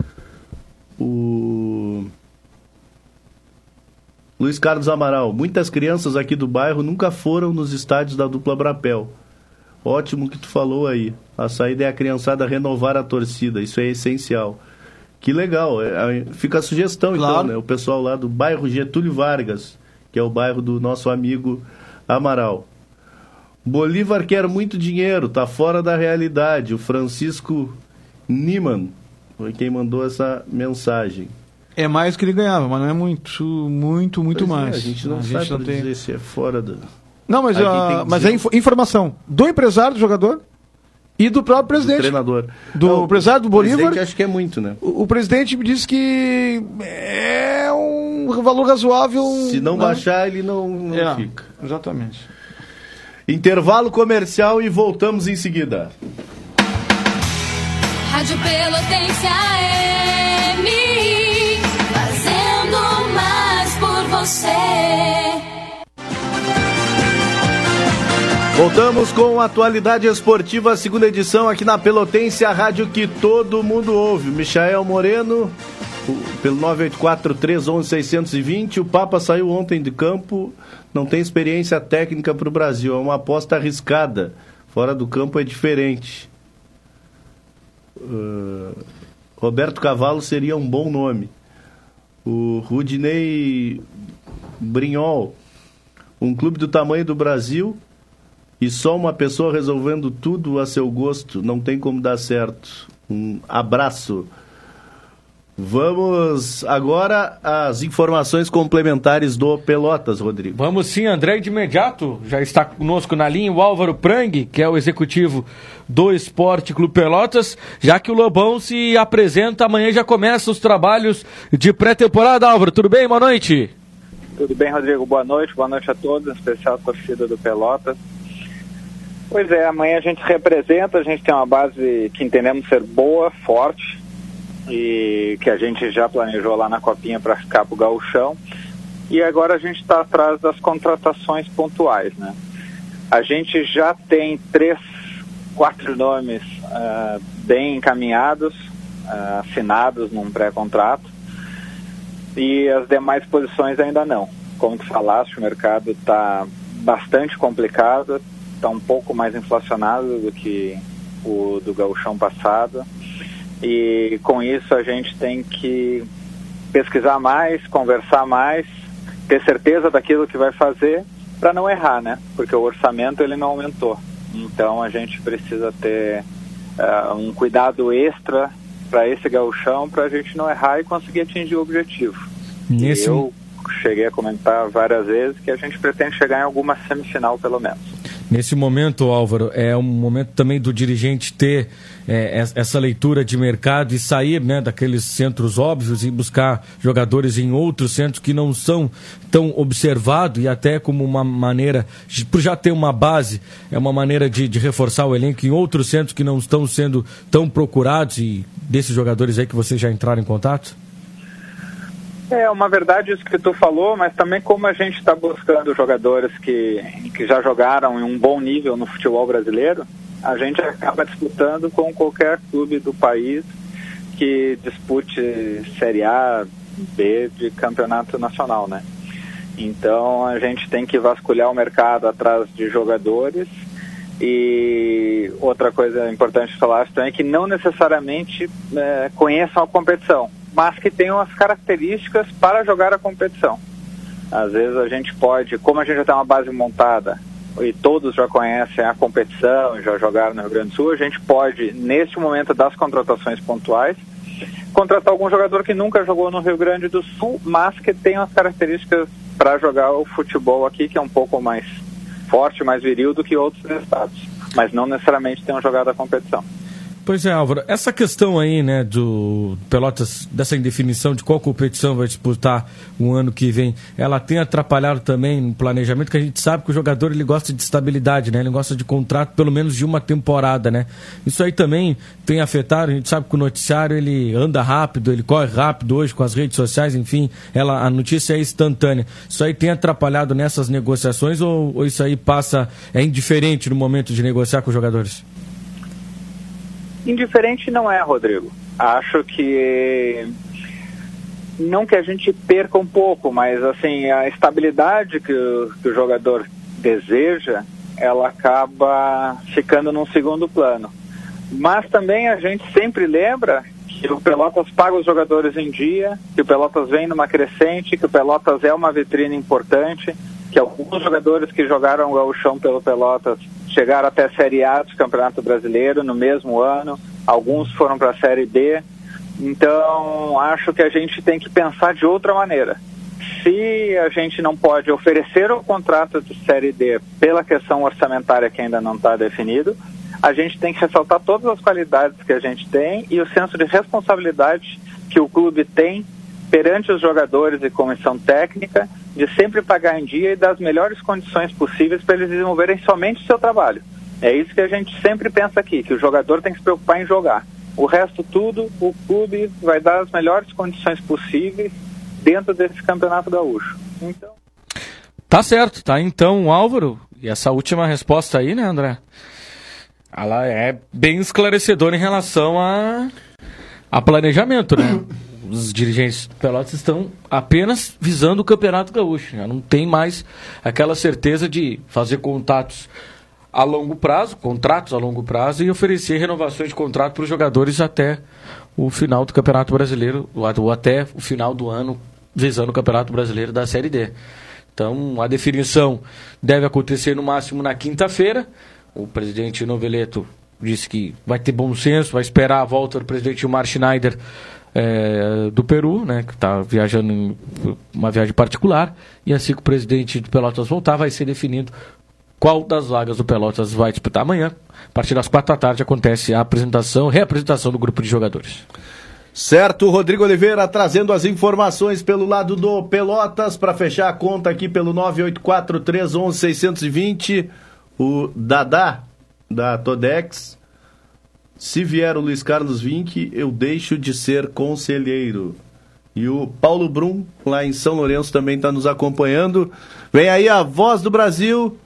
[SPEAKER 3] O Luiz Carlos Amaral. Muitas crianças aqui do bairro nunca foram nos estádios da dupla Brapel. Ótimo que tu falou aí. A saída é a criançada renovar a torcida. Isso é essencial. Que legal. Fica a sugestão, claro. Então, né? O pessoal lá do bairro Getúlio Vargas, que é o bairro do nosso amigo Amaral. Bolívar quer muito dinheiro, tá fora da realidade. O Francisco Niemann foi quem mandou essa mensagem.
[SPEAKER 4] É mais do que ele ganhava, mas não é muito mais.
[SPEAKER 3] A gente não sabe dizer se é fora do...
[SPEAKER 4] Não, mas é informação do empresário do jogador e do próprio presidente.
[SPEAKER 3] Do treinador.
[SPEAKER 4] Do empresário do Bolívar. O
[SPEAKER 3] presidente acho que é muito, né?
[SPEAKER 4] O presidente me disse que é um valor razoável.
[SPEAKER 3] Se não baixar, ele não fica.
[SPEAKER 4] Exatamente.
[SPEAKER 3] Intervalo comercial e voltamos em seguida.
[SPEAKER 9] Rádio Pelotense AM, fazendo mais por você.
[SPEAKER 3] Voltamos com a Atualidade Esportiva, segunda edição aqui na Pelotense, a rádio que todo mundo ouve. Michael Moreno, pelo 984-311-620. O Papa saiu ontem de campo, não tem experiência técnica para o Brasil, é uma aposta arriscada. Fora do campo é diferente. Roberto Cavalo seria um bom nome. O Rudinei Brinhol, um clube do tamanho do Brasil e só uma pessoa resolvendo tudo a seu gosto, não tem como dar certo. Um abraço. Vamos agora às informações complementares do Pelotas, Rodrigo.
[SPEAKER 5] Vamos sim, André, de imediato. Já está conosco na linha o Álvaro Prang, que é o executivo do Esporte Clube Pelotas, já que o Lobão se apresenta, amanhã já começam os trabalhos de pré-temporada. Álvaro, tudo bem? Boa noite.
[SPEAKER 10] Tudo bem, Rodrigo. Boa noite a todos, em especial a torcida do Pelotas. Pois é, amanhã a gente se representa, a gente tem uma base que entendemos ser boa, forte, e que a gente já planejou lá na Copinha para ficar pro Gauchão, e agora a gente está atrás das contratações pontuais, né? A gente já tem 4 nomes bem encaminhados, assinados num pré-contrato, e as demais posições ainda não. Como tu falaste, o mercado está bastante complicado, está um pouco mais inflacionado do que o do Gauchão passado, e com isso a gente tem que pesquisar mais, conversar mais, ter certeza daquilo que vai fazer para não errar, né? Porque o orçamento ele não aumentou, então a gente precisa ter um cuidado extra para esse Gauchão, para a gente não errar e conseguir atingir o objetivo. Eu cheguei a comentar várias vezes que a gente pretende chegar em alguma semifinal pelo menos.
[SPEAKER 5] Nesse momento, Álvaro, é um momento também do dirigente ter essa leitura de mercado e sair, né, daqueles centros óbvios e buscar jogadores em outros centros que não são tão observados, e até como uma maneira, por já ter uma base, é uma maneira de reforçar o elenco em outros centros que não estão sendo tão procurados, e desses jogadores aí que vocês já entraram em contato?
[SPEAKER 10] É uma verdade isso que tu falou, mas também como a gente está buscando jogadores que já jogaram em um bom nível no futebol brasileiro, a gente acaba disputando com qualquer clube do país que dispute Série A, B de campeonato nacional, né? Então a gente tem que vasculhar o mercado atrás de jogadores. E outra coisa importante falar também é que não necessariamente conheçam a competição, mas que tenham as características para jogar a competição. Às vezes a gente pode, como a gente já tem uma base montada e todos já conhecem a competição e já jogaram no Rio Grande do Sul, a gente pode, neste momento das contratações pontuais, contratar algum jogador que nunca jogou no Rio Grande do Sul, mas que tem as características para jogar o futebol aqui, que é um pouco mais forte, mais viril do que outros estados, mas não necessariamente tenham jogado a competição.
[SPEAKER 5] Pois é, Álvaro, essa questão aí, né, do Pelotas, dessa indefinição de qual competição vai disputar o ano que vem, ela tem atrapalhado também no planejamento, que a gente sabe que o jogador ele gosta de estabilidade, né, ele gosta de contrato pelo menos de uma temporada, né. Isso aí também tem afetado, a gente sabe que o noticiário ele anda rápido, ele corre rápido hoje com as redes sociais, enfim, a notícia é instantânea. Isso aí tem atrapalhado nessas negociações ou isso aí é indiferente no momento de negociar com os jogadores?
[SPEAKER 10] Indiferente não é, Rodrigo. Acho que não que a gente perca um pouco, mas assim, a estabilidade que o jogador deseja, ela acaba ficando num segundo plano. Mas também a gente sempre lembra que o Pelotas paga os jogadores em dia, que o Pelotas vem numa crescente, que o Pelotas é uma vitrine importante, que alguns jogadores que jogaram o Gauchão pelo Pelotas chegaram até a Série A do Campeonato Brasileiro no mesmo ano, alguns foram para a Série B. Então acho que a gente tem que pensar de outra maneira. Se a gente não pode oferecer o contrato de Série D pela questão orçamentária que ainda não está definido, a gente tem que ressaltar todas as qualidades que a gente tem e o senso de responsabilidade que o clube tem perante os jogadores e comissão técnica, de sempre pagar em dia e dar as melhores condições possíveis para eles desenvolverem somente o seu trabalho. É isso que a gente sempre pensa aqui, que o jogador tem que se preocupar em jogar. O resto tudo, o clube vai dar as melhores condições possíveis dentro desse campeonato gaúcho. Então...
[SPEAKER 5] Tá certo, tá então, Álvaro. E essa última resposta aí, né, André? Ela é bem esclarecedora em relação a planejamento, né? os dirigentes do Pelotas estão apenas visando o Campeonato Gaúcho. Já não tem mais aquela certeza de fazer contratos a longo prazo e oferecer renovações de contrato para os jogadores até o final do Campeonato Brasileiro, ou até o final do ano, visando o Campeonato Brasileiro da Série D. Então, a definição deve acontecer no máximo na quinta-feira. O presidente Noveleto disse que vai ter bom senso, vai esperar a volta do presidente Gilmar Schneider do Peru, né, que está viajando em uma viagem particular, e assim que o presidente do Pelotas voltar, vai ser definido qual das vagas do Pelotas vai disputar amanhã. A partir das 4h acontece a reapresentação do grupo de jogadores.
[SPEAKER 3] Certo, Rodrigo Oliveira trazendo as informações pelo lado do Pelotas, para fechar a conta aqui pelo 984-311-620, o Dadá, da Todex: se vier o Luiz Carlos Vinck, eu deixo de ser conselheiro. E o Paulo Brum, lá em São Lourenço, também está nos acompanhando. Vem aí a Voz do Brasil.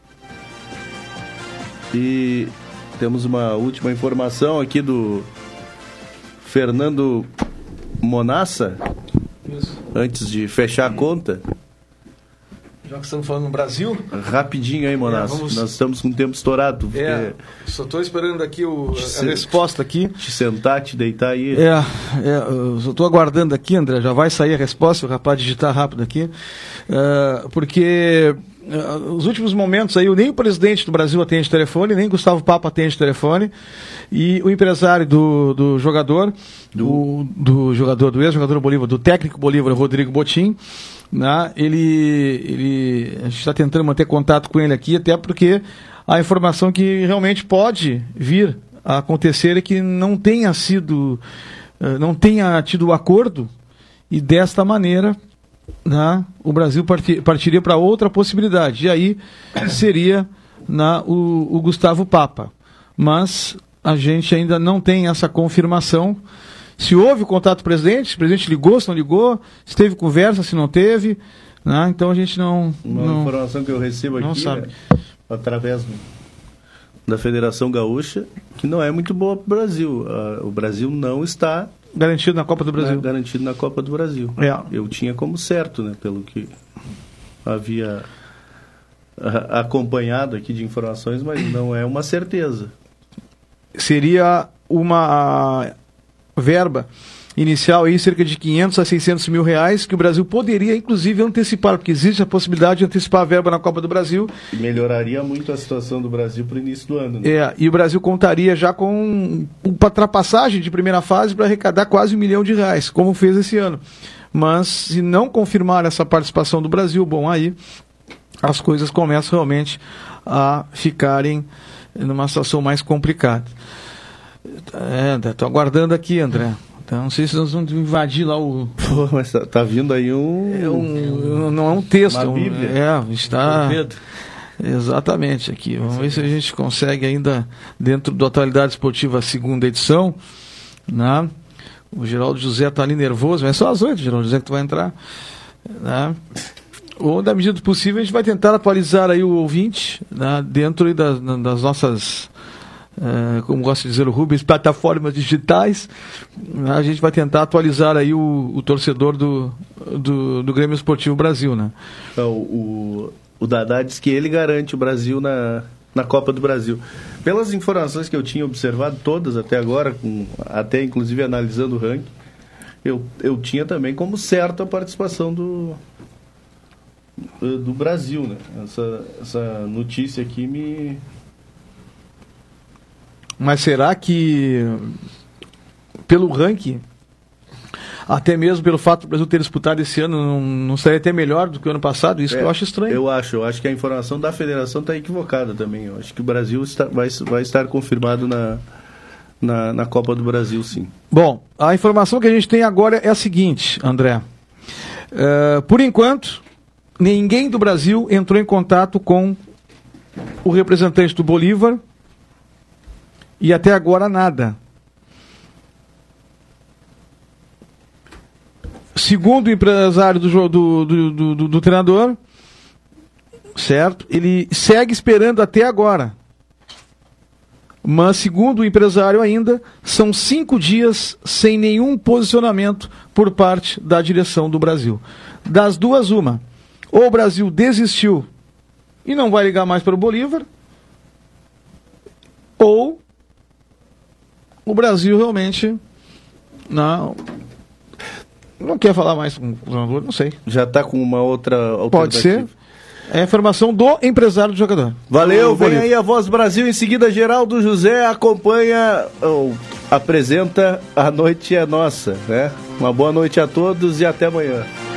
[SPEAKER 3] E temos uma última informação aqui do Fernando Monassa.
[SPEAKER 4] Isso.
[SPEAKER 3] Antes de fechar a conta.
[SPEAKER 4] Já que estamos falando no Brasil.
[SPEAKER 3] Rapidinho aí, Monassa. Nós estamos com o tempo estourado.
[SPEAKER 4] Só estou esperando aqui a resposta aqui.
[SPEAKER 3] Te sentar, te deitar aí.
[SPEAKER 4] Eu só estou aguardando aqui, André. Já vai sair a resposta, o rapaz digitar rápido aqui. Porque nos últimos momentos aí, nem o presidente do Brasil atende telefone, nem Gustavo Papa atende telefone, e o empresário do jogador, do ex-jogador Bolívar, do técnico Bolívar, Rodrigo Botim, né, a gente está tentando manter contato com ele aqui, até porque a informação que realmente pode vir a acontecer é que não tenha tido acordo, e desta maneira, né, o Brasil partiria para outra possibilidade, e aí seria o Gustavo Papa. Mas a gente ainda não tem essa confirmação. Se houve contato com o presidente, se o presidente ligou, se não ligou, se teve conversa, se não teve, né, então a gente não...
[SPEAKER 3] Uma informação que eu recebo aqui,
[SPEAKER 4] sabe.
[SPEAKER 3] Através da Federação Gaúcha, que não é muito boa para o Brasil. O Brasil não está...
[SPEAKER 4] Garantido na Copa do Brasil.
[SPEAKER 3] Garantido na Copa do Brasil. Eu tinha como certo, né, pelo que havia acompanhado aqui de informações, mas não é uma certeza.
[SPEAKER 4] Seria uma verba inicial aí, cerca de 500 a 600 mil reais, que o Brasil poderia inclusive antecipar, porque existe a possibilidade de antecipar a verba na Copa do Brasil.
[SPEAKER 3] E melhoraria muito a situação do Brasil para o início do ano, né?
[SPEAKER 4] E o Brasil contaria já com uma ultrapassagem de primeira fase para arrecadar quase R$1 milhão, como fez esse ano. Mas se não confirmar essa participação do Brasil, bom, aí as coisas começam realmente a ficarem numa situação mais complicada. Estou aguardando aqui, André. Então, não sei se nós vamos invadir lá o...
[SPEAKER 3] Pô, mas tá vindo aí
[SPEAKER 4] não é um texto.
[SPEAKER 3] Uma Bíblia.
[SPEAKER 4] Está... Exatamente, aqui. Vamos ver se a gente consegue ainda, dentro do Atualidade Esportiva, a segunda edição, né? O Geraldo José está ali nervoso, mas é só às 8, Geraldo José, que tu vai entrar, né? Ou, na medida do possível, a gente vai tentar atualizar aí o ouvinte, né? Dentro das nossas... como gosta de dizer o Rubens, plataformas digitais. A gente vai tentar atualizar aí o torcedor do Grêmio Esportivo Brasil, né?
[SPEAKER 3] O Dadá diz que ele garante o Brasil na Copa do Brasil. Pelas informações que eu tinha observado, todas até agora, até inclusive analisando o ranking, eu tinha também como certa a participação do Brasil, né? Essa notícia aqui me...
[SPEAKER 4] Mas será que, pelo ranking, até mesmo pelo fato do Brasil ter disputado esse ano, não seria até melhor do que o ano passado? Isso que eu acho estranho.
[SPEAKER 3] Eu acho que a informação da federação está equivocada também. Eu acho que o Brasil vai estar confirmado na Copa do Brasil, sim.
[SPEAKER 4] Bom, a informação que a gente tem agora é a seguinte, André. Por enquanto, ninguém do Brasil entrou em contato com o representante do Bolívar, e até agora nada. Segundo o empresário do treinador, certo? Ele segue esperando até agora Mas, segundo o empresário ainda, são 5 dias sem nenhum posicionamento por parte da direção do Brasil. Das duas, uma. Ou o Brasil desistiu e não vai ligar mais para o Bolívar, ou o Brasil realmente não quer falar mais com o jogador, não sei.
[SPEAKER 3] Já está com uma outra alternativa.
[SPEAKER 4] Pode ser. É a informação do empresário do jogador.
[SPEAKER 3] Valeu, vem aí a Voz Brasil. Em seguida, Geraldo José acompanha, apresenta A Noite é Nossa, né? Uma boa noite a todos e até amanhã.